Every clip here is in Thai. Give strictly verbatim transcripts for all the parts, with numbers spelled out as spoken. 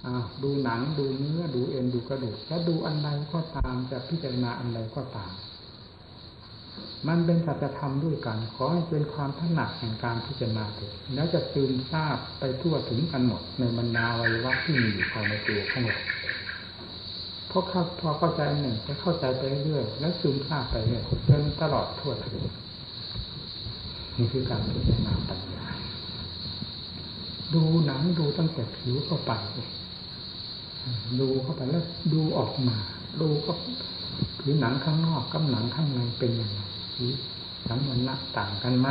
ดูหนังดูเนื้อดูเอ็นดูกระดูกจะดูอันใดก็ตามจะพิจารณาอันใดก็ตามมันเป็นสัจธรรมด้วยกันขอให้เป็นความถนัดแห่งการพิจารณาเถิดแล้วจะซึมซาบไปทั่วถึงกันหมดในบรรดาอวัยวะที่มีอยู่ภายในตัวของเราเพราะพอเข้าใจอันหนึ่งจะเข้าใจไปเรื่อยๆแล้วซึมซาบไปเรื่อยจนตลอดทั่วถึงนี่คือการพิจารณาปัญญาดูหนังดูตั้งแต่ผิวเข้าไปดูเข้าไปแล้วดูออกมาดูก็ผิวหนังข้างนอกกับหนังข้างในเป็นยังไงสังวรต่างกันไหม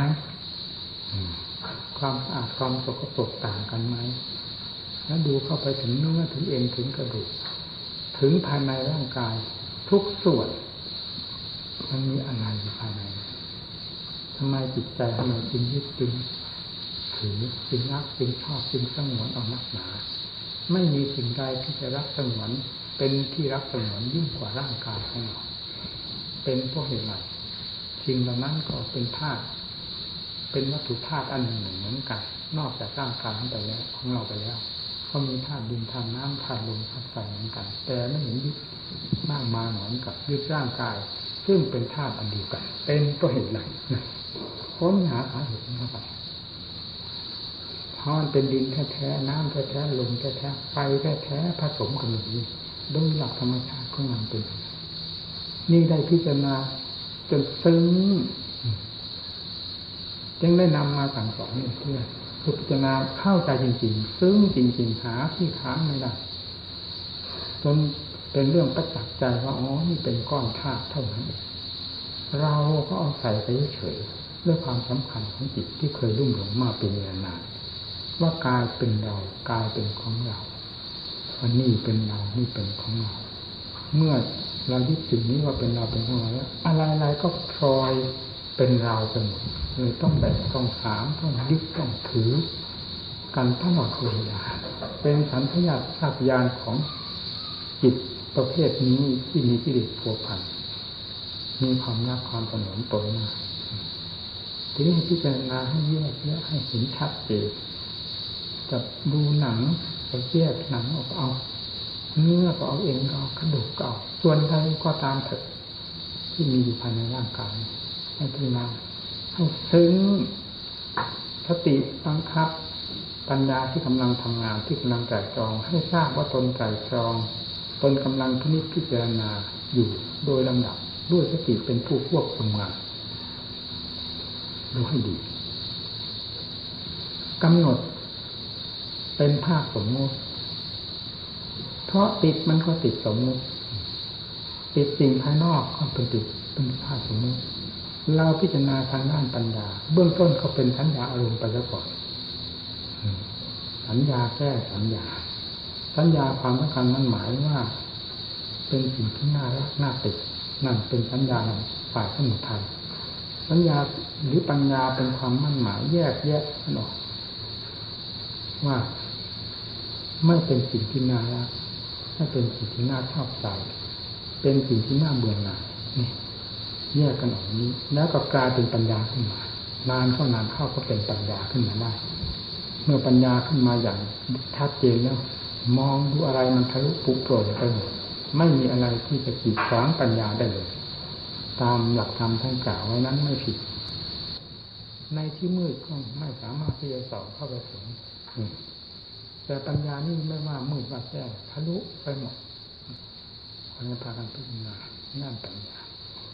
ความสะอาดความสกปรกต่างกันไหมแล้วดูเข้าไปถึงเนื้อถึงเอ็นถึงกระดูกถึงภายในร่างกายทุกส่วนมันมีอะไรอยู่ภายในทำไมจิตใจทำไมจึงยึดจึงถือจึงรักจึงชอบจึงสงวนเอานักหนาไม่มีสิ่งใดที่จะรักสงวนเป็นที่รักสงวนยิ่งกว่าร่างกายของเราเป็นเพราะเหตุไรสิ่งเหล่านั้นก็เป็นธาตุเป็นวัตถุธาตุอันหนึ่งเหมือนกันนอกจากร่างกายไปแล้วของเราไปแล้วก็มีธาตุดินธาตุน้ำธาตุลมธาตุไฟเหมือนกันแต่ไม่เห็นยึดมากมาเหมือนกับยึดร่างกายซึ่งเป็นธาตุอันเดียวกันเป็นเพราะเหตุไรค้นหาสาเหตุเข้าไปเพราะมันเป็นดินแท้ๆน้ำแท้ๆลมแท้ๆไฟแท้ๆผสมกันอยู่นี่โดยหลักธรรมชาติของมันเป็นนี่ได้พิจารณาจนซึ้งจึงได้นำมาสั่งสอนเพื่อพิจารณาเข้าใจจริงๆซึ้งจริงๆหาที่ค้างไม่ได้จนเป็นเรื่องประจักษ์ใจว่าอ๋อนี่เป็นก้อนธาตุเท่านั้นเราก็เอาใส่ไปเฉยๆด้วยความสำคัญของจิตที่เคยรุ่มหลงมาเป็นเวลานานว่ากายเป็นเรากายเป็นของเราอันนี้เป็นเรานี่เป็นของเราเมื่อเรายึดสิ่งนี้ว่าเป็นเราเป็นของเราแล้วอะไรๆก็พลอยเป็นเราไปหมดเลยต้องแบกต้องหามต้องยึดต้องถือกันตลอดเวลาเป็นสัญชาตญาณของจิตประเภทนี้ที่มีกิเลสพัวพันมีความรักความสนองตนมาทีนี้พิจารณาให้แยกแยะให้เห็นชัดเจนจะดูหนังจะแยกหนังออกเอาเนื้อก็เอาเองก็เอากระดูกก็เอาส่วนใดก็ตามเถอะที่มีอยู่ภายในร่างกายให้พิจารณาให้ซึ้งสติบังคับปัญญาที่กำลังทำงานที่กำลังไตร่ตรองให้ทราบว่าตนไตร่ตรองตนกำลังพินิจพิจารณาอยู่โดยลำดับด้วยสติเป็นผู้ควบคุมงานดูให้ดีกำหนดเป็นภาคสมมติเพราะติดมันก็ติดสมมติติดสิ่งภายนอกก็เป็นติดเป็นภาคสมมติเราพิจารณาทางด้านปัญญาเบื้องต้นก็เป็นสัญญาอารมณ์ไปแล้วก่อนสัญญาแก้สัญญาสัญญาความสำคัญมันหมายว่าเป็นสิ่งที่น่ารักน่าติดนั่นเป็นสัญญาฝ่ายสมุทัยสัญญาหรือปัญญาเป็นความมั่นหมายแยกแยะมันออกว่าไม่เป็นสิ่งที่น่ารักไม่เป็นสิ่งที่น่าชอบใจเป็นสิ่งที่น่าเบื่อหน่ายนี่แยกกันออกนี้แล้วก็กลายเป็นปัญญาขึ้นมานานเข้านานเข้าก็เป็นปัญญาขึ้นมาได้เมื่อปัญญาขึ้นมาอย่างชัดเจนแล้วมองดูอะไรมันทะลุปุโปร่งไปหมดไม่มีอะไรที่จะกีดขวางปัญญาได้เลยตามหลักธรรมท่านกล่าวไว้นั้นไม่ผิดในที่มืดก็ไม่สามารถที่จะส่องเข้าไปถึงแต่ปัญญานี่ไม่ว่ามืดว่าแจ้งทะลุไปหมดคนจะพากันพิจารณาด้านปัญญา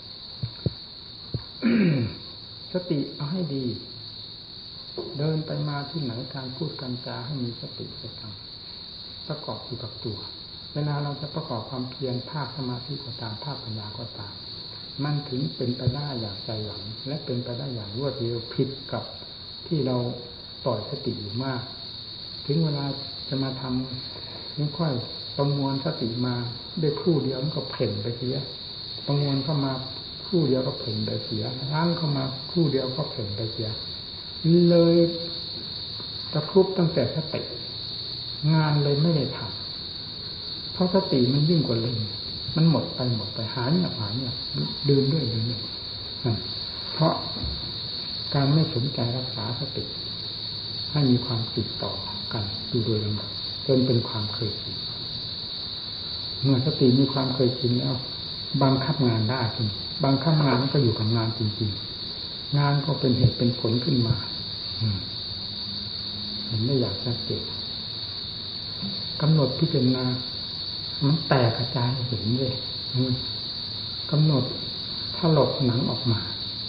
สติเอาให้ดีเดินไปมาที่ไหนการพูดการจาให้มีสติสตังประกอบอยู่กับตัวเวลาเราจะประกอบความเพียรภาคสมาธิก็ตามภาคปัญญาก็ตามมันถึงเป็นไปได้อย่างใจหวังและเป็นไปได้อย่างรวดเร็วผิดกับที่เราปล่อยสติอยู่มากถึงเวลาจะมาทำนี่ค่อยประมวลสติมาได้ครู่เดียวมันก็เพ่นไปเสียประมวลเข้ามาครู่เดียวก็เพ่นไปเสียล้างเข้ามาครู่เดียวก็เพ่นไปเสียเลยตะครุบตั้งแต่สติงานเลยไม่ได้ทำเพราะสติมันยิ่งกว่าลิงมันหมดไปหมดไปหาเนี่ยหาเนี่ยดื่มด้วยดื่มด้วยเพราะการไม่สนใจรักษาสติให้มีความติดต่อกันอยู่โดยลำดับจนเป็นความเคยชินเมื่อสติมีความเคยชินแล้วบังคับงานได้จริงบังคับงานก็อยู่กับงานจริงๆงานก็เป็นเหตุเป็นผลขึ้นมาเห็นได้อยากชัดเจนกำหนดพิจารณามันแตกกระจายเห็นเลยกำหนดถลกหนังออกมา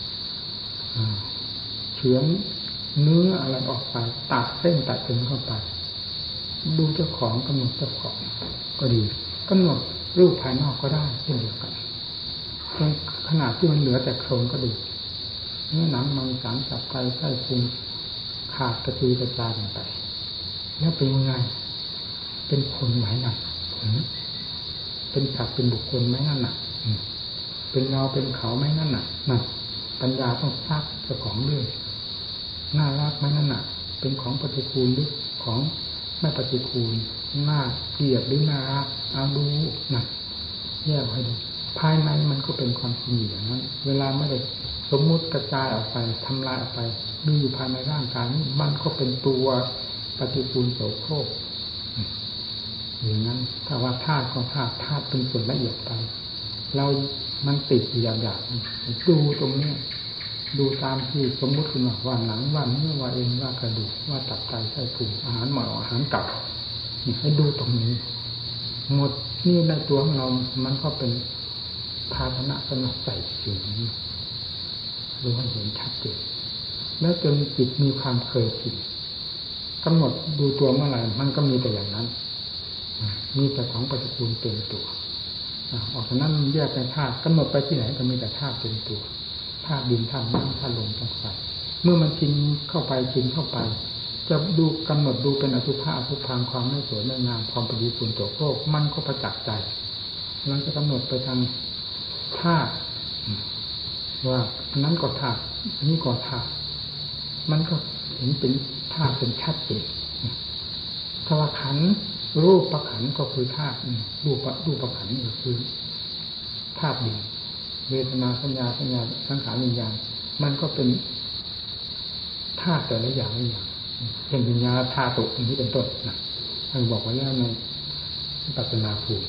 เฉือนเนื้ออะไรออกไปตัดเส้นตัดเอ็นเข้าไปดูเจ้าของกำหนดเจ้าของก็ดีกำหนดรูปภายนอกก็ได้เช่นเดียวกันขนาดที่มันเหลือแต่โครงก็ดูเนื้อหนังมังสารตับไตไส้พุงขาดกระจุยกระจายไปแล้วเป็นยังไงเป็นคนไหมนั่นเป็นสัตว์เป็นบุคคลไหมนั่นน่ะเป็นเราเป็นเขาไหมนั่นน่ะนั่นปัญญาต้องซักเจ้าของเรื่องน่ารักไหมนั่นน่ะเป็นของปฏิกูลหรือของไม่ปฏิกูลน่าเกลียดหรือน่ารักเอาดูน่ะแยกให้ดูภายในมันก็เป็นความจริงอย่างนั้นเวลาไม่ได้สมมุติกระจายออกไปทำลายออกไปมีอยู่ภายในร่างกายนี้มันก็เป็นตัวปฏิกูลโสโครกอย่างนั้นถ้าว่าธาตุของธาตุธาตุเป็นส่วนละเอียดไปเรามันติดอยู่อย่างๆดูตรงนี้ดูตามที่สมมุติขึ้นมาว่าหนังว่าเนื้อว่าเอ็นว่ากระดูกว่าตับไตไส้พุงอาหารหมออาหารเก่าให้ดูตรงนี้หมดนี่ในตัวของเรามันก็เป็นภาชนะสำหรับใส่สิ่งนี้ดูให้เห็นชัดเจนแล้วจนจิตมีความเคยชินกำหนดดูตัวเมื่อไหร่มันก็มีแต่อย่างนั้นมีแต่ของปฏิกูลเต็มตัวออกจากนั้นแยกเป็นธาตุกำหนดไปที่ไหนก็มีแต่ธาตุเต็มตัวธาตุดินธาตุน้ำธาตุลมธาตุไฟเมื่อมันชินเข้าไปชินเข้าไปจะดูกำหนดดูเป็นอสุภะอสุภังความไม่สวยไม่งามความปฏิกูลโสโครกมันก็ประจักษ์ใจมันจะกำหนดไปทางธาตุว่าอันนั้นก็ธาตุอันนี้ก็ธาตุมันก็เห็นเป็นธาตุเป็นชัดเจนถ้าว่าขันธ์รูปประขันธ์ก็คือธาตุรูปรูปประขันธ์ก็คือธาตุดินเวทนาสัญญาสัญญาสังขารวิญญาณมันก็เป็นธาตุแต่ละอย่างละอย่างเช่นวิญญาณธาตุอันนี้เป็นต้นนะท่านบอกไว้แล้วในปัจจนาภูมิ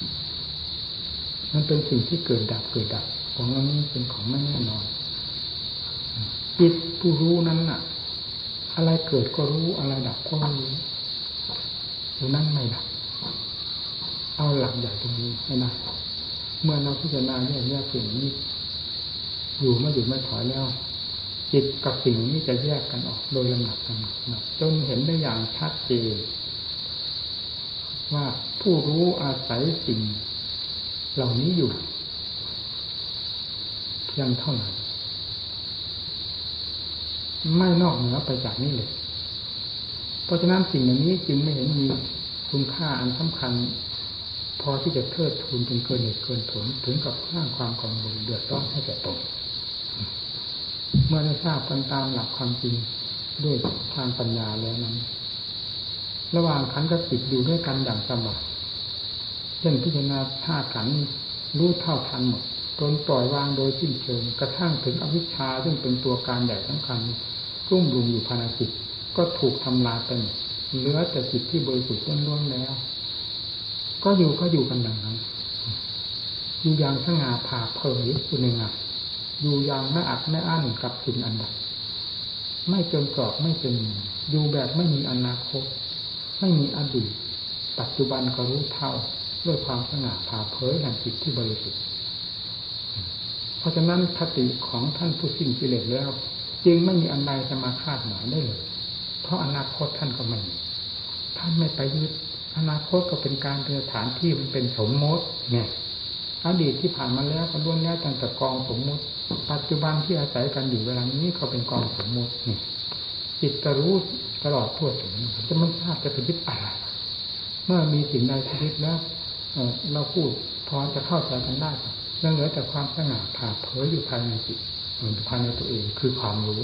มันเป็นสิ่งที่เกิดดับเกิดดับของเรานี้เป็นของไม่แน่นอนจิตผู้รู้นั้นน่ะอะไรเกิดก็รู้อะไรดับก็รู้อยู่นั่นไม่ดับเอาหลักใหญ่ตรงนี้ให้ได้เมื่อเราพิจารณาแยกแยกสิ่งนี้อยู่ไม่หยุดไม่ถอยแล้วจิตกับสิ่งนี้จะแยกกันออกโดยลำดับลำดับจนเห็นได้อย่างชัดเจนว่าผู้รู้อาศัยสิ่งเหล่านี้อยู่เพียงเท่านั้นไม่นอกเหนือไปจากนี้เลยเพราะฉะนั้นสิ่งเหล่านี้จึงไม่เห็นมีคุณค่าอันสำคัญพอที่จะเทิดทูนจนเกินเหตุเกินผลถึงกับสร้างความกังวลเดือดร้อนให้แก่ตนเมื่อได้ทราบกันตามหลักความจริงด้วยทางปัญญาแล้วนั้นระหว่างขันธ์กับจิตอยู่ด้วยกันอย่างสบายเช่นพิจารณาธาตุขันธ์รู้เท่าทันหมดจนปล่อยวางโดยสิ้นเชิงกระทั่งถึงอวิชชาซึ่งเป็นตัวการใหญ่สำคัญรุ่มรุมอยู่ภายในจิตก็ถูกทำลายไปหมดเหลือแต่จิตที่บริสุทธิ์ล้วนๆแล้วก็อยู่ก็อยู่กันดังนั้นอยู่อย่างสง่าผ่าเผยคุณงามอยู่อย่างไม่อัดไม่อั้นกับสิ่งอันใดไม่เกินกรอบไม่เป็นอยู่แบบไม่มีอนาคตไม่มีอดีตปัจจุบันก็รู้เท่าด้วยความสง่าผ่าเผยแห่งจิตที่บริสุทธิ์เพราะฉะนั้นคติของท่านผู้สิ้นกิเลสแล้วจึงไม่มีอันใดจะมาคาดหมายได้เลยเพราะอนาคตท่านก็ไม่มีท่านไม่ไปยึดอนาคตก็เป็นการเป็นสถานที่มันเป็นสมมติเนี่ยอดีตที่ผ่านมาแล้วก็ล้วนแล้วตั้งแต่กองสมมติปัจจุบันที่อาศัยกันอยู่เวลานี้ก็เป็นกองสมมตินี่จิตจะรู้ตลอดทั่วถึงจะไม่ทราบจะไปยึดอะไรเมื่อมีสิ่งใดที่ยึดแล้วเราพูดพอจะเข้าใจกันได้ยังเหลือแต่ความสง่าผ่าเผยอยู่ภายในจิตภายในตัวเองคือความรู้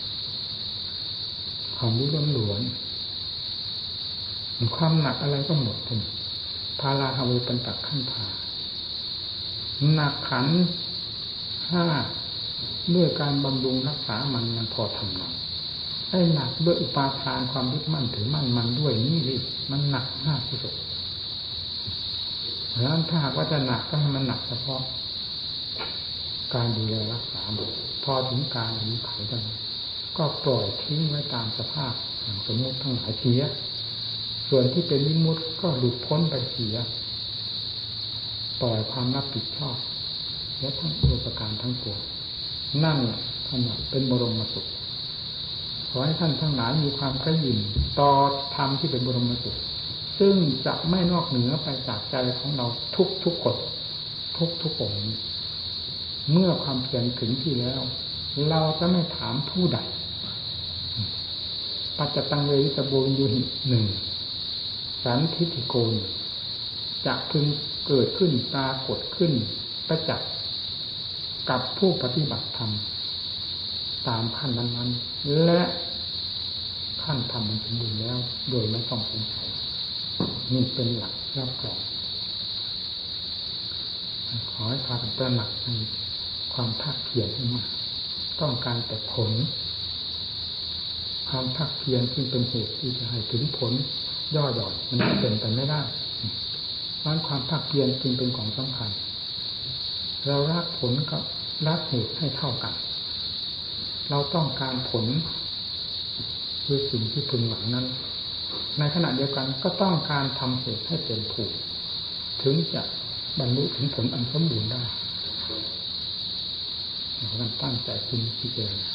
ความรู้ล้วนๆความหนักอะไรก็หมดทิ้งพาราฮาเวปันตักขั้นพาหนักขันห้าด้วยการบำรุงรักษามันมันพอทำหนักไอ้หนักด้วยอุปาทานความยึดมั่นถือมั่นมันด้วยนี่ดิมันหนักมากที่สุดเพราะฉะนั้นถ้าหากว่าจะหนักก็ให้มันหนักเฉพาะการดูแลรักษาพอถึงการอายุไขกันก็ปล่อยทิ้งไว้ตามสภาพอย่างสมมติทั้งหลายเสียส่วนที่เป็นวิมุตติก็หลุดพ้นไปเสียปล่อยความรับผิดชอบและทั้งอุปการทั้งปวงนั่นท่านเป็นบรมสุขขอให้ท่านทั้งหลายมีความกระยิ่มต่อธรรมที่เป็นบรมสุขซึ่งจะไม่นอกเหนือไปจากใจของเราทุกทุกคนทุกทุกองค์เมื่อความเพียรถึงที่แล้วเราจะไม่ถามผู้ใดปัจจตังเวริตโบวินยูหิหนึ่งสันทิฏฐิโกนจะพึงเกิดขึ้นปรากฏขึ้นประจักษ์กับผู้ปฏิบัติธรรมตามขั้นนั้นๆและขั้นธรรมมันสมบูรณ์แล้วโดยไม่ต้องสงสัยนี่เป็นหลักรับรองขอให้พากันตระหนักในความภาคเพียรให้มากต้องการแต่ผลความภาคเพียรซึ่งเป็นเหตุที่จะให้ถึงผลย่อหย่อนมันเป็นไปไม่ได้เพราะความภาคเพียรจึงเป็นของสำคัญเรารักผลกับรักเหตุให้เท่ากันเราต้องการผลคือสิ่งที่พึงหวังนั้นในขณะเดียวกันก็ต้องการทำเหตุให้เป็นผูกถึงจะบรรลุถึงผลอันสมบูรณ์ได้เราตั้งใจคุณพิจารณา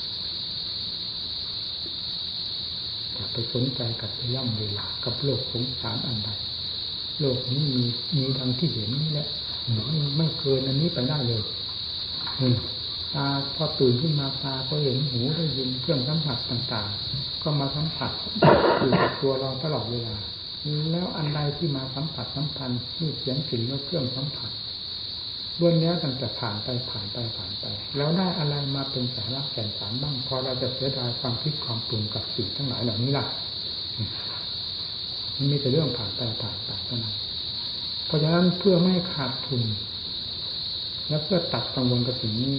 อย่าไปสนใจกับเรื่องเวลากับโลกสงสารอันใดโลกนี้มีมีดังที่เห็นนี่แหละไม่เกินอันนี้ไปได้เลยตาพอตื่นขึ้นมาตาก็เห็นหูได้ยินเครื่องสัมผัสต่างๆก็มาสัมผัสอยู่กับตัวเราตลอดเวลาแล้วอันใดที่มาสัมผัสสัมพันธ์นี่เสียงกลิ่นและเครื่องสัมผัสล้วนแล้วตั้งแต่ผ่านไปผ่านไปผ่านไปแล้วได้อะไรมาเป็นสาระแก่นสารบ้างพอเราจะเสียดายความคิดความปรุงกับสิ่งทั้งหลายเหล่านี้ล่ะมันมีแต่เรื่องผ่านไปผ่านไปเท่านั้นเพราะฉะนั้นเพื่อไม่ขาดทุนและเพื่อตัดกังวลกับสิ่งนี้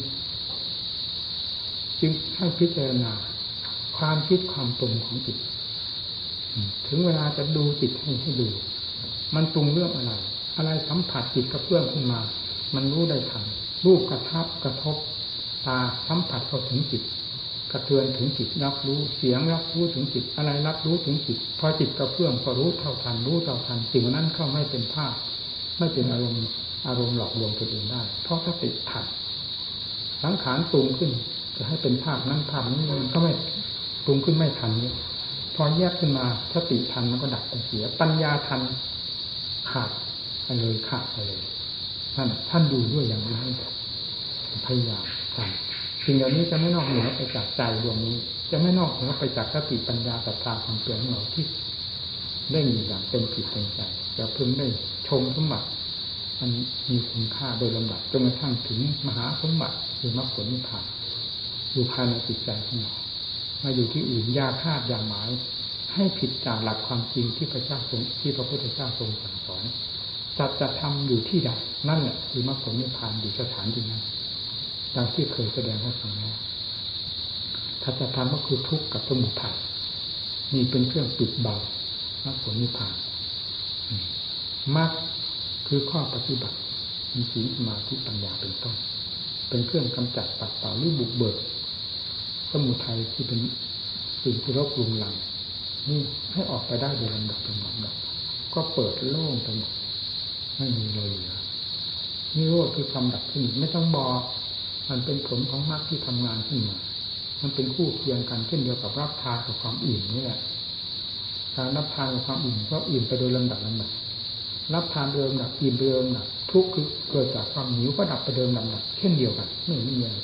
จึงให้พิจารณาความคิดความปรุงของจิตถึงเวลาจะดูจิตให้ให้ดูมันปรุงเรื่องอะไรอะไรสัมผัสจิตกระเพื่อมขึ้นมามันรู้ได้ทันรูปกระทบกระทบตาสัมผัสเข้าถึงจิตกระเทือนถึงจิตรับรู้เสียงรับรู้ถึงจิตอะไรรับรู้ถึงจิตพอจิตกระเพื่อมก็รู้เท่าทันรู้เท่าทันสิ่งนั้นเข้าไม่เป็นภาพไม่เป็นอารมณ์อารมณ์หลอกลวงตัวเองได้เพราะสติทันสังขารปรุงขึ้นจะให้เป็นภาพนั้นภาพนี้มันก็ไม่ปรุงขึ้นไม่ทันเนี่ยพอแยกขึ้นมาสติทันมันก็ดับไปเสียปัญญาทันขาดไปเลยขาดไปเลยท่านท่านดูด้วยอย่างนี้พยายามทำสิ่งเหล่านี้จะไม่นอกเหนือไปจากใจดวงนี้จะไม่นอกเหนือไปจากสติปัญญาศรัทธาความเปลี่ยนของเราที่ได้มีอย่างเป็นผิดเป็นใจจะพึงได้ชมสมบัติมันมีคุณค่าโดยลำดับจนกระทั่งถึงมหาสมบัติคือมรรคผลนิพพานอยู่ภายในจิตใจของเรามาอยู่ที่อื่นยาคาดยาหมายให้ผิดจากหลักความจริงที่พระเจ้าทรงที่พระพุทธเจ้าทรงสั่งสอนสัจธรรมอยู่ที่ใดนั่นแหละคือมรรคผลนิพพานอยู่สถานที่นั้นดังที่เคยแสดงให้ฟังแล้วสัจธรรมก็คือทุกข์กับสมุทัยนี่เป็นเครื่องปิดบังมรรคผลนิพพานมรรคคือข้อปฏิบัติมีศีลสมาธิปัญญาเป็นต้นเป็นเครื่องกำจัดปัดเป่าหรือบุกเบิกสมุทัยที่เป็นสิ่งที่รบกวนหลังนี่ให้ออกไปได้โดยลำดับลำดับก็เปิดโล่งไปหมดไม่มีเลยเหลือนี่โลกคือความดับขึ้นไม่ต้องบอกมันเป็นผลของมรรคที่ทำงานขึ้นมามันเป็นคู่เคียงกันเช่นเดียวกับรับทานกับความอิ่มนี่แหละการรับทานกับความอิ่มก็อิ่มไปโดยลำดับลำดับรับทานโดยลำดับอิ่มโดยลำดับทุกข์คือเกิดจากความหิวก็ดับไปโดยลำดับเช่นเดียวกันไม่มีอะไร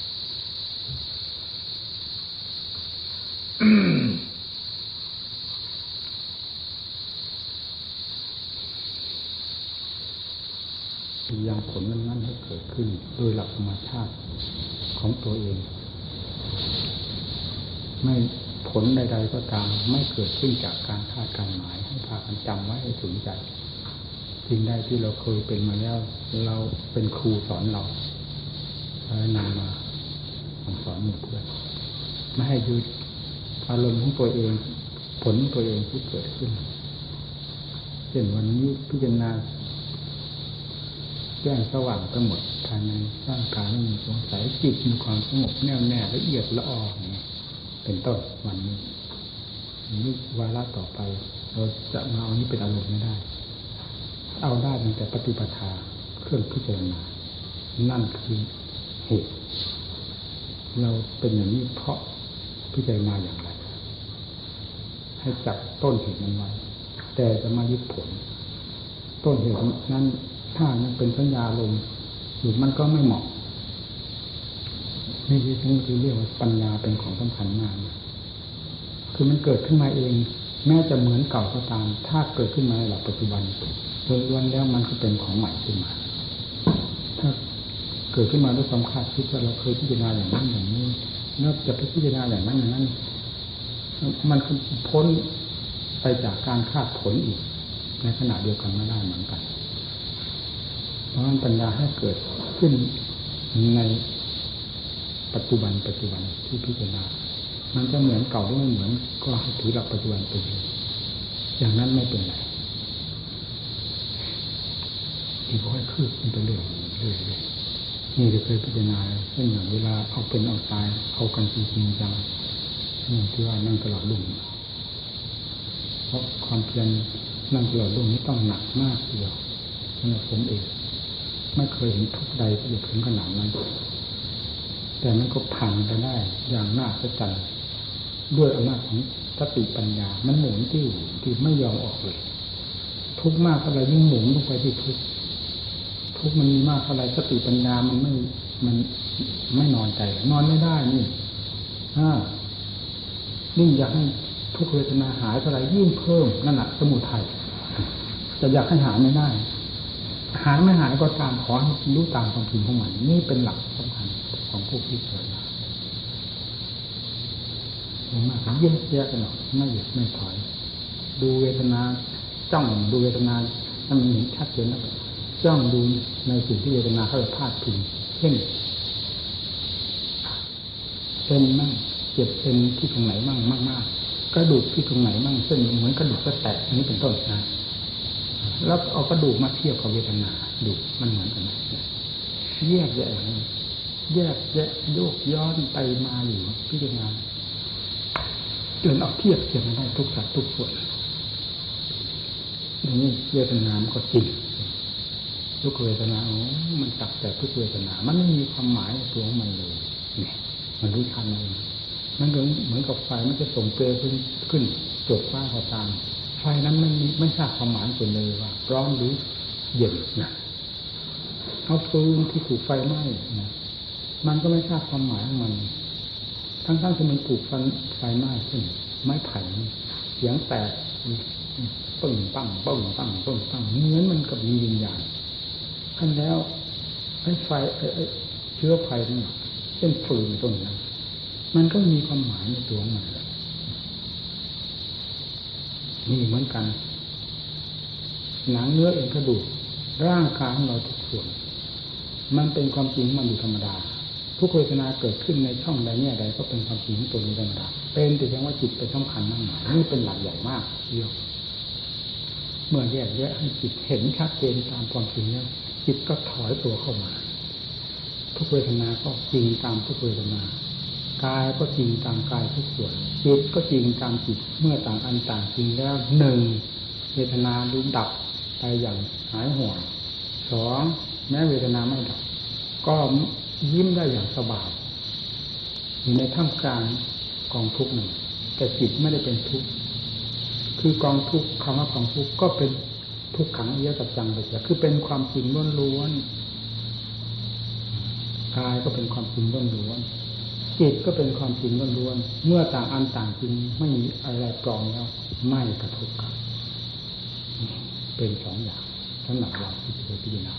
ยังผลนั้นๆให้เกิดขึ้นโดยหลักธรรมชาติของตัวเองไม่ผลใดๆก็ตามไม่เกิดขึ้นจากการคาดการหมายให้พากันจำไว้ให้ถึงใจสิ่งใดที่เราเคยเป็นมาแล้วเราเป็นครูสอนเราแล้วนำมาสอนหมู่เพื่อนไม่ให้ยึดอารมณ์ของตัวเองผลตัวเองที่เกิดขึ้นเช่นวันนี้พิจารณาแจ้งสว่างทั้งหมดภายในร่างกายไม่มีสงสัยจิตมีความสงบแน่วแน่ละเอียดละออเป็นต้นวันนี้นี่วาระต่อไปเราจะมาเอานี้เป็นอารมณ์ไม่ได้เอาได้ตั้งแต่ปฏิปทาเครื่องพิจารณานั่นคือเหตุเราเป็นอย่างนี้เพราะพิจารณาอย่างไรให้จับต้นเหตุมันไว้แต่จะมายึดผลต้นเหตุนั้นถ้ามันเป็นสัญญาลมอยู่มันก็ไม่เหมาะนี่คือเรียกว่าปัญญาเป็นของสำคัญมากคือมันเกิดขึ้นมาเองแม้จะเหมือนเก่าก็ตามถ้าเกิดขึ้นมาในหลักปัจจุบันล้วนๆแล้วมันก็เป็นของใหม่ขึ้นมาถ้าเกิดขึ้นมาด้วยความคาดคิดว่าเราเคยพิจารณาอย่างนั้นอย่างนี้แล้วจะไปพิจารณาอย่างนั้นอย่างนั้นมันคือพ้นไปจากการคาดผลอีกในขณะเดียวกันไม่ได้เหมือนกันเพราะฉะนั้นปัญญาให้เกิดขึ้นในปัจจุบันปัจจุบันที่พิจารณามันจะเหมือนเก่าหรือไม่เหมือนก็ให้ถือหลักปัจจุบันไปเลยอย่างนั้นไม่เป็นไรอีกค่อยคืบมันเป็นเรื่องเรื่อยๆนี่จะเคยพิจารณาเช่นอย่างเวลาเอาเป็นเอาตายเอากันจริงๆจังนี่ที่ว่านั่งตลอดรุ่งเพราะความเพียรนั่งตลอดรุ่งนี้ต้องหนักมากทีเดียวสำหรับผมเองไม่เคยเห็นทุกใดที่จะถึงขนาดนั้นแต่มันก็ผ่านไปได้อย่างน่าอัศจรรย์ด้วยอำนาจของสติปัญญามันหมุนที่ที่ไม่ยอมออกเลยทุกข์มากเท่าไรยิ่งหมุนลงไปที่ทุกข์ทุกข์มันมีมากเท่าไรสติปัญญามันไม่มันไม่นอนใจนอนไม่ได้นี่อ่ายิ่งอยากให้ทุกขเวทนาหายเท่าไรยิ่งเพิ่มนั่นแหละสมุทัยจะอยากให้หายไม่ได้หายไม่หายก็ตามขอให้รู้ตามความจริงของมันนี่เป็นหลักสำคัญของผู้พิจารณาอย่างมากเยี่ยมแยกกันหน่อยไม่หยุดไม่ถอยดูเวทนาจ้องดูเวทนาให้มันเห็นชัดเจนแล้วจ้องดูในสิ่งที่เวทนาเขาพาดพิงเช่นเป็นมั่งเจ็บเป็นที่ตรงไหนมั่งมากๆกระดูกที่ตรงไหนมั่งเส้นเหมือนกระดูกจะแตกอันนี้เป็นต้นนะแล้วเอากระดูกมาเทียบกับเวทนาดูมันเหมือนกันแยกแยะแยกแยะโยกย้อนไปมาอยู่พิจารณาจนเอาเทียบเทียบกันได้ทุกสัดทุกส่วนอย่างนี้เวทนามันก็จริงทุกเวทนาโอ้มันตักแต่ทุกเวทนามันไม่มีความหมายในตัวของมันเลยเนี่ยมันรู้ทันเองมันเหมือนเหมือนกับไฟมันจะส่งเปลวขึ้นขึ้นจดฟ้าพอตามไฟนั้นมันไม่ทราบความหมายส่วนเลยว่าร้อนหรือเย็นนะเอาฟืนที่ถูกไฟไหม้นะมันก็ไม่ทราบความหมายของมันทั้งๆที่มันถูกไฟไหม้ขึ้นไม้ไผ่เสียงแตกปึ้งปั้งปึ้งปั้งปึ้งปั้งเหมือนมันกับมีวิญญาณขั้นแล้วไอ้ไฟไอ้เชื้อไฟนี่เป็นฟืนต้นนั้นมันก็มีความหมายในตัวมันนี่เหมือนกันหนังเนื้อเอ็นกระดูกร่างกายของเราทุกส่วนมันเป็นความจริงมันอยู่ธรรมดาทุกเวทนาเกิดขึ้นในช่องใดแง่ใดก็เป็นความจริงของตัวนี้ธรรมดาเป็นแต่เพียงว่าจิตไปสำคัญนั่นหมายนี่เป็นหลักใหญ่มากเดียวเมื่อแยกแยะให้จิตเห็นชัดเจนตามความจริงแล้วจิตก็ถอยตัวเข้ามาทุกเวทนาก็จริงตามทุกเวทนากายก็จริงตามกายทุกส่วนจิตก็จริงตามจิตเมื่อต่างอันต่างจริงแล้วหนึ่งเวทนาดูดับไปอย่างหายห่วงสองแม้เวทนาไม่ดับก็ยิ้มได้อย่างสบายอยู่ในท่ามกลางกองทุกข์หนึ่งแต่จิตไม่ได้เป็นทุกข์คือกองทุกข์คำว่ากองทุกข์ก็เป็นทุกขังอริยสัจจังไปเสียคือเป็นความจริงล้วนๆกายก็เป็นความจริงล้วนๆจิตก็เป็นความจริงล้วนๆเมื่อต่างอันต่างจริงไม่มีอะไรปลอมแล้วไม่กระทบกันเป็นสองอย่างสำหรับเราที่จะพิจารณา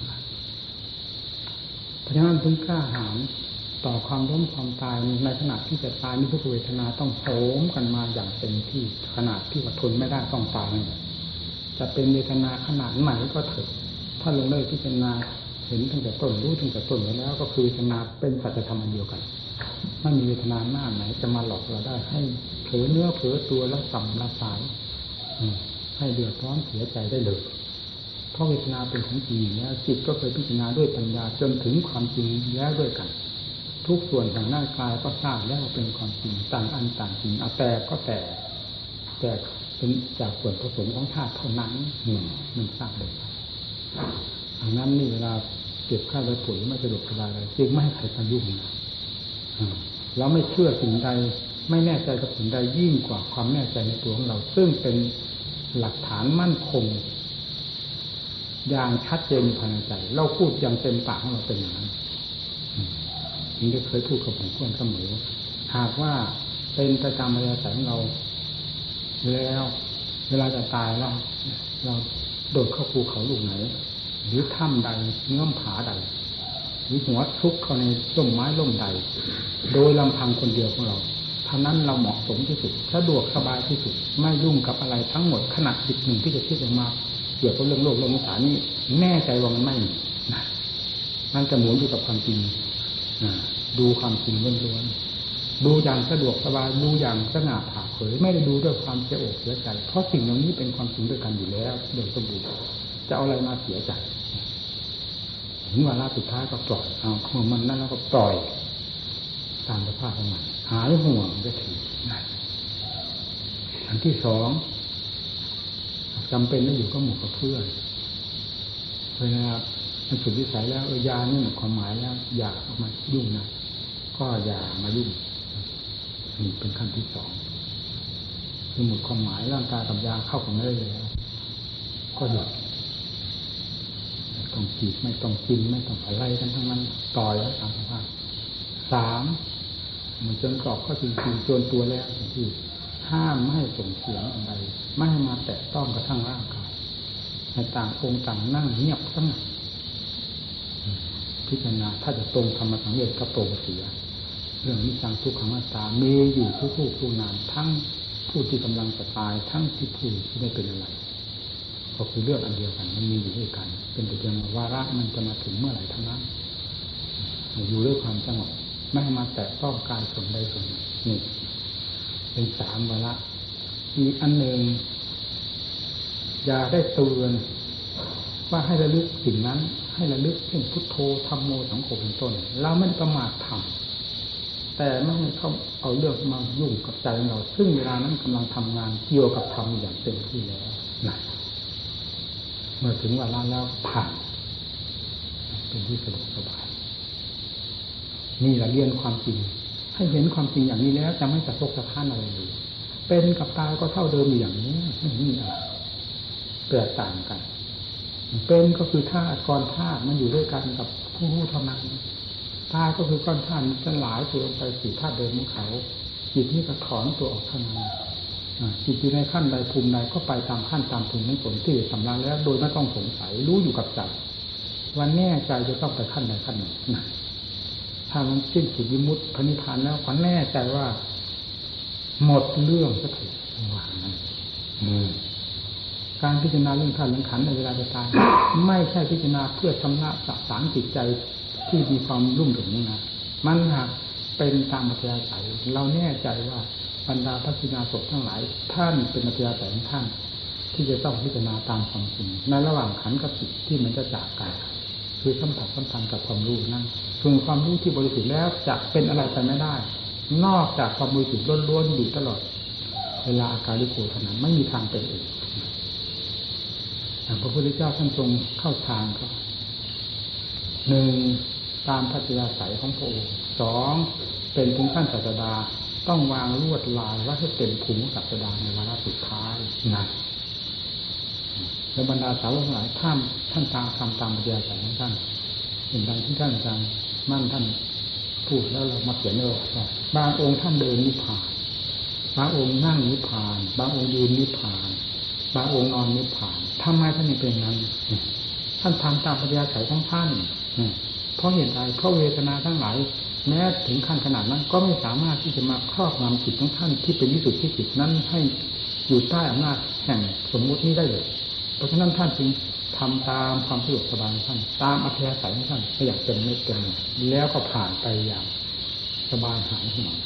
เพราะฉะนั้นถึงกล้าหาญต่อความล้มความตายในขณะที่จะตายนี่ทุกเวทนาต้องโหมกันมาอย่างเต็มที่ขนาดที่ว่าทนไม่ได้ต้องตายจะเป็นเวทนาขนาดไหนก็เถอะถ้าลงเลยพิจารณาเห็นตั้งแต่ต้นรู้ตั้งแต่ต้นแล้วก็คือเวทนาเป็นสัจธรรมอันเดียวกันไม่มีเวทนาหน้าไหนจะมาหลอกเราได้ให้เผลอเนื้อเผลอตัวแล้วต่ำละสายให้เดือดร้อนเสียใจได้เลยเพราะเวทนาเป็นของจริงแล้วจิตก็เคยพิจารณาด้วยปัญญาจนถึงความจริงแล้วด้วยกันทุกส่วนของร่างกายก็ทราบแล้วเป็นความจริงต่างอันต่างจริงเอาแต่ก็แต่แต่เป็นจากส่วนผสมของธาตุเท่านั้นหนึ่งมันทราบเลยดังนั้นนี่เวลาเก็บข้าวไว้ปุ๋ยไม่สะดวกสบายเลยจึงไม่ให้ใครมายุ่งเราไม่เชื่อสิ่งใดไม่แน่ใจกับสิ่งใดยิ่งกว่าความแน่ใจในตัวของเราซึ่งเป็นหลักฐานมั่นคงอย่างชัดเจนภายในใจเราพูดอย่างเต็มปากของเราเป็นอย่างนั้นนี่ได้เคยพูดกับผมเพื่อนเสมอหากว่าเป็นประจำระยะสายของเราแล้วเวลาจะตายเราเราโดดเข้าภูเขาลูกไหนหรือถ้ำใดเงื่อมผาใดหรือหัวทุกเข้าในร่มไม้ร่มใดโดยลำพังคนเดียวของเราเท่านั้นเราเหมาะสมที่สุดสะดวกสบายที่สุดไม่ยุ่งกับอะไรทั้งหมดขณะจิตหนึ่งที่จะคิดออกมาเกี่ยวกับเรื่องโลกเรื่องสงสารนี้แน่ใจว่ามันไม่มีนะมันจะหมุนอยู่กับความจริงดูความจริงล้วนๆดูอย่างสะดวกสบายดูอย่างสง่าผ่าเผยไม่ได้ดูด้วยความเสียอกเสียใจเพราะสิ่งเหล่านี้เป็นความจริงด้วยกันอยู่แล้วโดยสมบูรณ์จะเอาอะไรมาเสียใจถึงเวลาสุดท้ายก็ปล่อยเอาของมันนั่นแล้วก็ปล่อยตามสภาพของมันหายห่วงก็ถืออันที่สองจำเป็นต้องอยู่กับหมู่กับเพื่อนเวลามันสุดวิสัยแล้วเออยานี่หมดความหมายแล้วอย่าเอามายุ่งนะก็อย่ามายุ่งนี่เป็นขั้นที่สองคือหมดความหมายร่างกายกับยาเข้ากันไม่ได้แล้วก็หยุดไม่ต้องจีบไม่ต้องกินไม่ต้องอะไรกันทั้งนั้นต่อยแล้วตามสภาพสามมันจนกรอบก็จริงๆจนตัวแล้วที่ห้ามไม่ให้ส่งเสียงอะไรไม่ให้มาแตะต้องกระทั่งร่างกายในต่างองค์ต่างนั่งเงียบสงบพิจารณาถ้าจะตรงธรรมสังเวชก็ตรงเสียเรื่องนิจังทุกขังอนัตตามีอยู่ทุกผู้ผู้นานทั้งผู้ที่กำลังจะตายทั้งที่ผู้ที่ไม่เป็นอะไรก็คือเรื่องอันเดียวกันมันมีอยู่ด้วยกันเป็นแต่เพียงวาระมันจะมาถึงเมื่อไหร่ทั้งนั้นอยู่ด้วยความสงบไม่ให้มาแตะต้องกายส่วนใดส่วนหนึ่งนี่เป็นสามวาระมีอันหนึ่งอย่าได้เตือนว่าให้ระลึกสิ่งนั้นให้ระลึกเช่นพุทโธธัมโมสังโฆเป็นต้นเราไม่ประมาททำแต่ไม่ให้เขาเอาเรื่องมายุ่งกับใจเราซึ่งเวลานั้นกำลังทำงานเกี่ยวกับธรรมอย่างเต็มที่แล้วนะเมื่อถึงเวลาแล้วผ่านเป็นที่สะดวกสบายนี่แหละเรียนความจริงให้เห็นความจริงอย่างนี้แล้วจะไม่สะทกสะท้านอะไรเลยเป็นกับตายก็เท่าเดิมอย่างนี้ไม่มีอะไรแตกต่างกันเป็นก็คือธาตุก้อนธาตุมันอยู่ด้วยกันกับผู้รู้เท่านั้นธาตุก็คือก้อนธาตุมันจะหลายตัวลงไปสู่ธาตุเดิมของเขาจิตนี่ก็ถอนตัวออกเท่านั้นจิตอยู่ในขั้นใดภูมิใดก็ไปตามขั้นตามภูมินั้นผลที่สำราญแล้วโดยไม่ต้องสงสัยรู้อยู่กับใจวันแน่ใจจะต้องไปขั้นใดขั้นหนึ่งนะถ้ามันสิ้นสุดวิมุตติพระนิพพานแล้วขวัญแน่ใจว่าหมดเรื่องก็ถูกวางนั้นการพิจารณาเรื่องธาตุเรื่องขันธ์ในเวลาจะตายไม่ใช่พิจารณาเพื่อชำระสะสางจิตใจที่มีความรุ่มหลงนี้นะมันหากเป็นตามอัธยาศัยเราแน่ใจว่าบรรดาพระกิณาสพทั้งหลายท่านเป็นอัธยาศัยของท่านที่จะต้องพิจารณาตามความจริงในระหว่างขันธ์กับจิตที่มันจะจากกันคือสัมผัสสัมพันธ์กับความรู้นั่นส่วนความรู้ที่บริสุทธิ์แล้วจะเป็นอะไรไปไม่ได้นอกจากความบริสุทธิ์ล้วนๆอยู่ตลอดเวลาอาการลิโกเท่านั้นไม่มีทางเป็นอื่นพระพุทธเจ้าท่านทรงเข้าทางครับหนึ่งตามพัฒนาสายของพระองค์สองเป็นภูมิขั้นศาสดาต้องวางลวดลายว่าให้เป็นภูมิศาสดาในวาระสุดท้ายนะและบรรดาสาวกทั้งหลายท่านท่านตามทำตามพัฒนาสายของท่านเห็นดังที่ท่านอาจารย์มั่นท่านพูดแล้วเรามาเขียนเอาว่าบางองค์ท่านเดินนิพพานบางองค์นั่งนิพพานบางองค์ยืนนิพพานบางองค์นอนนิพพานทำไมท่านยังเป็นนั้นท่านทำตามปัญญาสายของท่านเพราะเหตุใดเพราะเวทนาทั้งหลายแม้ถึงขั้นขนาดนั้นก็ไม่สามารถที่จะมาครอบงำจิตของท่านที่เป็นวิสุทธิจิตนั้นให้อยู่ใต้อำนาจแห่งสมมุตินี้ได้เลยเพราะฉะนั้นท่านจึงทำตามความสะดวกสบายของท่านตามอัธยาศัยของท่านไม่อยากเต็มไม่เต็มแล้วก็ผ่านไปอย่างสสบายหายห่วง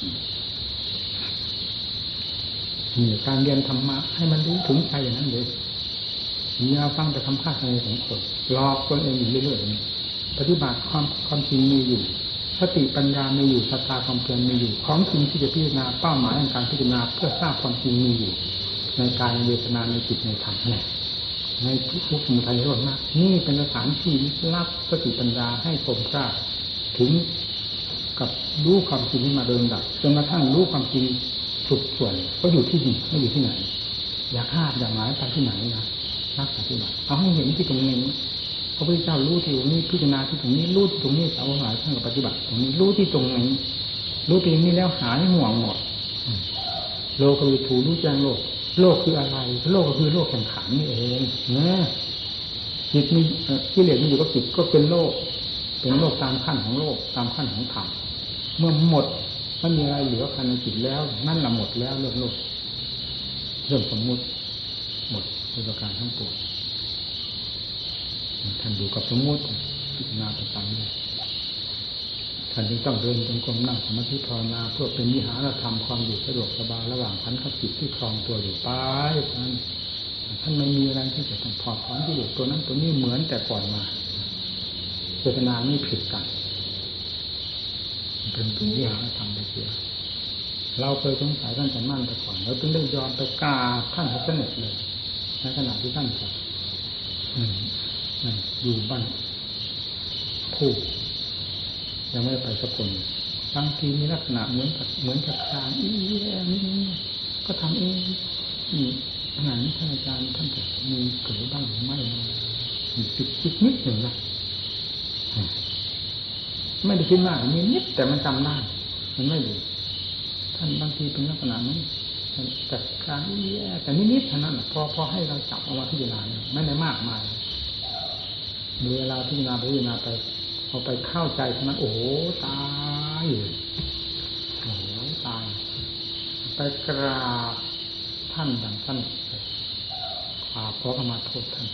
นี่การเรียนธรรมะให้มันรู้ถึงใจอย่างนั้นเลยอย่าฟังแต่คำพาดในของคนหลอกตนเองอยู่เรื่อยๆปฏิบัติความความจริงมีอยู่สติปัญญามีอยู่ศรัทธาความเพียรมีอยู่ของจริงที่จะพิจารณาเป้าหมายในการพิจารณาเพื่อทราบความจริงมีอยู่ในกายเวทนาในจิตในธรรมเนี่ยในทุกสมุทัยนิโรธมากนี่เป็นสถานที่รับสติปัญญาให้คมกล้าถึงกับรู้ความจริงนี้มาโดยลำดับจนกระทั่งรู้ความจริงสุดส่วนก็อยู่ที่นี่ไม่อยู่ที่ไหนอยากคาดอยากหมายไปที่ไหนนะนักปฏิบัติเอาให้เห็นที่ตรงนี้พระพุทธเจ้ารู้ที่ตรงนี้พิจารณาที่ตรงนี้รู้ที่ตรงนี้สาวกหลายท่านก็ปฏิบัติตรงนี้รู้ที่ตรงนี้รู้ตรงนี้แล้วหายห่วงหมดโลกคือถูรู้แจ้งโลกโลกคืออะไรโลกก็คือโลกแข่งขันนี่เองนะจิตมีกิเลสมันอยู่กับจิตก็เป็นโลกเป็นโลกตามขั้นของโลกตามขั้นของธรรมเมื่อหมดไม่มีอะไรเหลือภายในจิตแล้วนั่นแหละหมดแล้วเรื่องโลกเรื่องสมมุติหมดโดยประการทั้งปวงท่านดูกับสมมุติพิจารณาประจำเลยท่านจึงต้องเดินจงกรมนั่งสมาธิภาวนาเพื่อเป็นวิหารธรรมความอยู่สะดวกสบายระหว่างขันธ์กับจิตที่ครองตัวอยู่ไปท่านท่านไม่มีอะไรที่จะต้องถอดถอนที่อยู่ตัวนั้นตัวนี้เหมือนแต่ก่อนมาเจตนานี่ผิดกันเป็นเป็นวิหารธรรมไปเสียเราเคยสงสัยท่านจะมั่นแต่ก่อนเราต้องได้ยอมไปกราบท่านให้สนิทเลยในขณะที่ท่านจะอยู่บ้านผู้ยังไม่ไปสกุลบางทีมีลักษณะเหมือนเหมือนกับคลางอีแอนี่ก็ทำเองนี่ขณะนี้ท่านอาจารย์ท่านจะมีเกิดบ้างหรือไม่มีจุดคิดนิดหนึ่งนะไม่ได้คิดมากมีนิดแต่มันจำได้มันไม่ดีท่านบางทีเป็นลักษณะนั้นจัดการอีแอแต่นิดๆเท่านั้นพอพอให้เราจับเอามาพิจารณาไม่ได้มากมายเวลาพิจารณาพิจารณาไปเอาไปเข้าใจเท่านั้นโอ้โหตายโอ้โหตายไปกราบท่านดังท่านขอขอเข้ามาโทษท่าน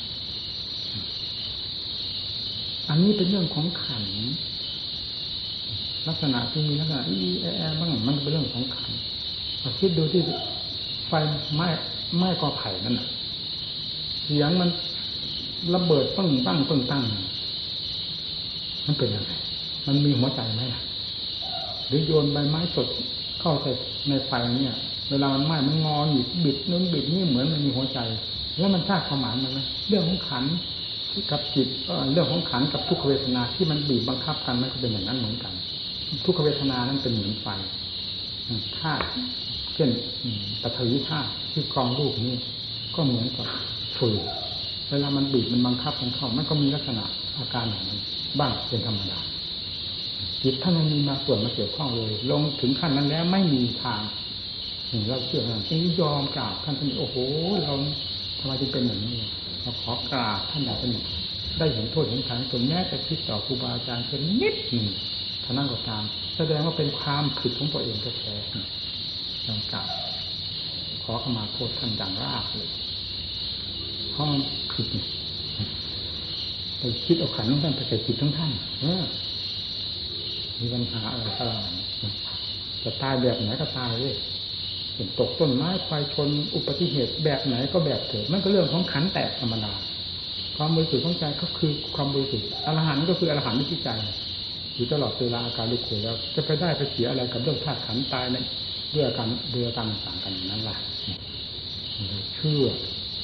อันนี้เป็นเรื่องของขันธ์ลักษณะที่มีลักษณะอีแอบ้างมันเป็นเรื่องของขันธ์เราคิดดูที่ไฟไหม้ไหม้กอไผ่นั่นน่ะเสียงมันระเบิดปั้งปั้งปั้งตั้งมันเป็นยังไงมันมีหัวใจไหมหรือโยนใบไม้สดเข้าใส่ในไฟเนี่ยเวลามันไหม้มันงอหยิบบิดนู้นบิดนี่เหมือนมันมีหัวใจแล้วมันทราบความหมายมันไหมเรื่องของขันธ์กับจิตเรื่องของขันธ์กับทุกขเวทนาที่มันบีบบังคับกันมันก็เป็นอย่างนั้นเหมือนกันทุกขเวทนานั้นเป็นเหมือนไฟธาตุเช่นปฐวีธาตุที่กองรูปนี้ก็เหมือนกับฟืนเวลามันบีบมันบังคับมันเข้ามันก็มีลักษณะอาการอย่างนั้นบ้างเป็นธรรมดาจิตท่านไม่มีมาส่วนมาเกี่ยวข้องเลยลงถึงขั้นนั้นแล้วไม่มีทางเราเชื่อท่านจึงยอมกราบท่านท่านโอ้โหเราทำไมจึงเป็นอย่างนี้เราขอกราบท่านอย่างนี้ได้เห็นโทษเห็นทางส่วนแม้แต่คิดต่อครูบาอาจารย์เพียงนิดหนึ่งท่านั้นก็ตามแสดงว่าเป็นความผิดของตัวเองแท้ๆยอมกราบขอเข้ามาโทษท่านอย่างรากเลยเพราะมันผิดไปคิดเอาขันของท่านไปใส่จิตของท่านเออมีปัญหาอะไรก็แล้วจะตายแบบไหนก็ตายเลยเป็นตกต้นไม้ไฟชนอุบัติเหตุแบบไหนก็แบบเถิดมันก็เรื่องของขันแตกธรรมดาความบริสุทธิ์ของใจก็คือความบริสุทธิ์อรหันต์ก็คืออรหันต์ที่ใจอยู่ตลอดเวลาอาการลิขุแล้วจะไปได้ไปเสียอะไรกับเรื่องธาตุขันตายนั้นด้วยอาการเรือต่างๆกันนั้นล่ะเชื่อ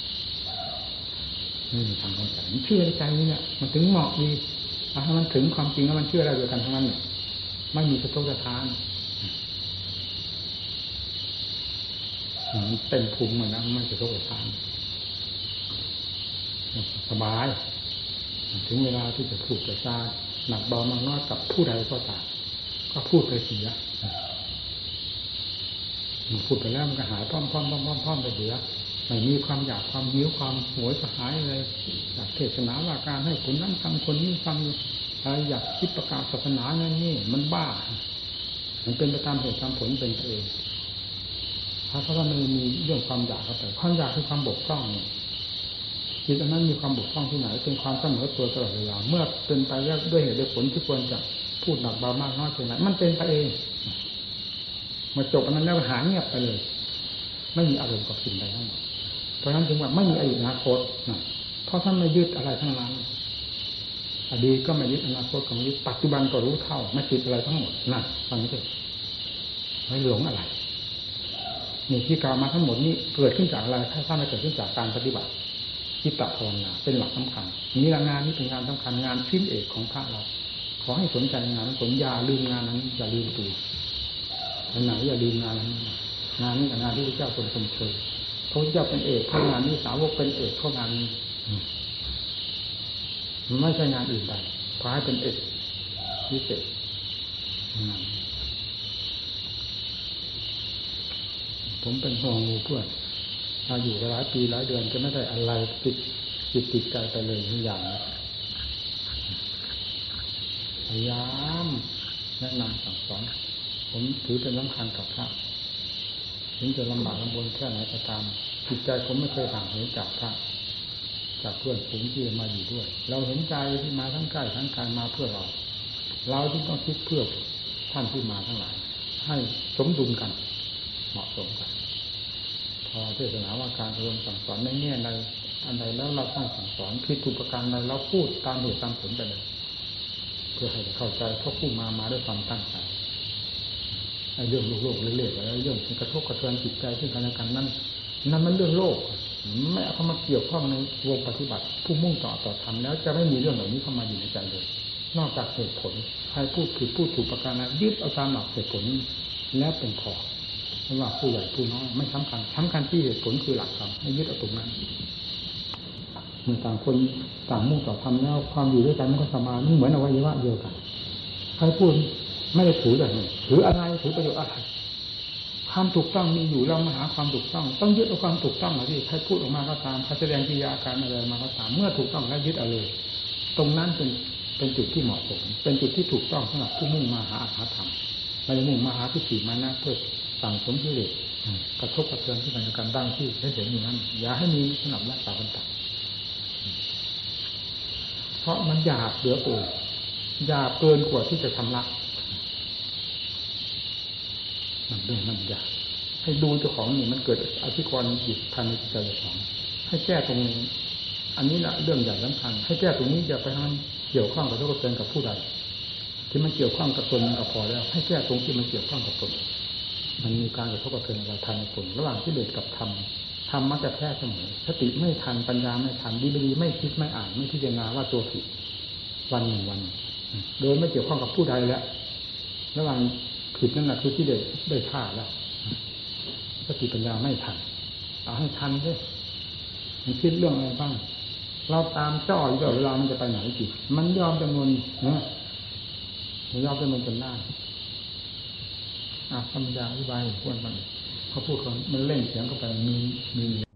นี่มีทางของใจมันเชื่อใจนี่เนี่ยมันถึงเหมาะดีถ้ามันถึงความจริงแล้วมันเชื่ออะไรเดียวกันทั้งนั้นเนี่ยไม่มีสะทกสะท้านมันเต็มภูมิเหมือนนะไม่สะทกสะท้านสบายถึงเวลาที่จะพูดจะซาหนักเบามากน้อยกับผู้ใดก็ตามก็พูดไปเสียพูดไปแล้วมันก็หายพร้อมพร้อมพร้อมพร้อมพร้อมไปเสียไม่มีความอยากความหิวความโหยกระหายอะไรอยากเทศนาว่าการให้คนนั้นฟังคนนี้ฟังอะไรอยากคิดประกาศศาสนานั่นนี่มันบ้ามันเป็นไปตามเหตุตามผลเป็นเองเพราะว่ามันมีเรื่องความอยากเข้าไปความอยากคือความบกพร่องจิตอันนั้นมีความบกพร่องที่ไหนเป็นความเสมอตัวตลอดเวลาเมื่อเป็นไปด้วยเหตุด้วยผลที่ควรจะพพูดหนักเบามากน้อยเพียงไรมันเป็นไปเองมาจบอันนั้นแล้วหายเงียบไปเลยไม่มีอารมณ์กับสิ่งใดทั้งหมดเพราะฉะนั้นจึงว่าไม่มีอดีตอนาคตนะเพราะท่านไม่ยึดอะไรทั้งนั้นอดีตก็ไม่ยึดอนาคตก็ไม่ยึดปัจจุบันก็รู้เท่าไม่ติดอะไรทั้งหมดนั่นฟังนี้สิไม่หลงอะไรนี่ที่กล่าวมาทั้งหมดนี้เกิดขึ้นจากอะไรถ้าท่านไม่เกิดขึ้นจากการปฏิบัติจิตตภาวนาเป็นหลักสำคัญนี่ละงานนี้เป็นงานสำคัญงานชิ้นเอกของพระเราขอให้สนใจงานนั้นสนอย่าลืมงานนั้นอย่าลืมตัวอันไหนอย่าลืมงานนั้นงานนี้กับงานที่พระเจ้าทรงชมเชยพระเจ้าเป็นเอกเพราะงานนี้สาวกเป็นเอกเพราะงานนี้ไม่ใช่งานอื่นใดขอให้เป็นเอกพิเศษงานผมเป็นห่วงงูเพื่อนมาอยู่หลายปีหลายเดือนจะไม่ได้อะไรติดจิตติดใจไปเลยทุกอย่างพยายามแนะนำสั่งสอนผมถือเป็นสำคัญกับพระถึงจะลำบากลำบนแค่ไหนก็ตามจิตใจผมไม่เคยห่างเหินจากพระจากเพื่อนฝูงที่มาอยู่ด้วยเราเห็นใจที่มาทั้งใกล้ทั้งไกลมาเพื่อเราเราที่ต้องคิดเพื่อท่านที่มาทั้งหลายให้สมดุลกันเหมาะสมกันพอเทศนาว่าการอบรมสั่งสอนในแง่ใดอันใดแล้วเราต้องสั่งสอนผิดถูกประการใดเราพูดตามเหตุตามผลไปเลยเพื่อให้เข้าใจเพราะผู้มามาด้วยความตั้งใจไอ้เรื่องโลกโลกเละๆแล้วเรื่องกระทบกระเทือนจิตใจซึ่งกันและกันนั่นนั่นมันเรื่องโลกไม่เอาเข้ามาเกี่ยวข้องในวงปฏิบัติผู้มุ่งต่อต่อธรรมแล้วจะไม่มีเรื่องเหล่านี้เข้ามาอยู่ในใจเลยนอกจากเหตุผลใครพูดผิดพูดถูกประการใดยึดเอาตามหลักเหตุผลแล้วเป็นพอไม่ว่าผู้ใหญ่ผู้น้อยไม่สำคัญสำคัญที่เหตุผลคือหลักธรรมไม่ยึดเอาตรงนั้นเมื่อต่างคนต่างมุ่งต่อธรรมแล้วความอยู่ด้วยกันมันก็สมานเหมือนอวัยวะเดียวกันใครพูดไม่ได้ถือแบบนี้ถืออะไรถือประโยชน์อะไรความถูกต้องมีอยู่เรามาหาความถูกต้องต้องยึดเอาความถูกต้องมาที่ใครพูดออกมาก็ตามใครแสดงกิริยาการอะไรมาก็ตามเมื่อถูกต้องแล้วยึดเอาเลยตรงนั้นเป็นเป็นจุดที่เหมาะสมเป็นจุดที่ถูกต้องสำหรับผู้มุ่งมาหาอรหัตธรรมไม่ได้มุ่งมาหาทิฏฐิมานะเพื่อสั่งสมกิเลสกระทบกระเทือนที่กันกันดังที่ได้เห็นอยู่นั้นอย่าให้มีสนับรักษากันตัดเพราะมันหยาบเหลือเกินหยาบเกินกว่าที่จะทำละมันเรื่องมันยากให้ดูเจ้าของนี่มันเกิดอธิกรณ์หยุดภายในจิตใจเจ้าของให้แก้ตรงนี้อันนี้แหละเรื่องใหญ่สำคัญให้แก้ตรงนี้อย่าไปทำเกี่ยวข้องกับทุกข์เตือนกับผู้ใดที่มันเกี่ยวข้องกับตนก็พอแล้วให้แก้ตรงที่มันเกี่ยวข้องกับตนมันมีการกระทบกระเทือนกับทางตนระหว่างที่เด็ดกับธรรมธรรมมักจะแพ้เสมอสติไม่ทันปัญญาไม่ทันดีไม่ดีไม่คิดไม่อ่านไม่พิจารณาว่าตัวผิดวันหนึ่งวันโดยไม่เกี่ยวข้องกับผู้ใดแล้วระหว่างผิดนั่นแหละคือที่เด็ดได้ท่าแล้วสติปัญญาไม่ทันเอาให้ทันด้วยมันคิดเรื่องอะไรบ้างเราตามจ้ออยู่ตลอดเวลามันจะไปไหนจิตมันยอมจำนวนนะมันยอมจำนวนจนได้อ่ะธรรมดาอธิบายพวกมันเขาพูดเขามันเล่นเสียงเข้าไปมีมี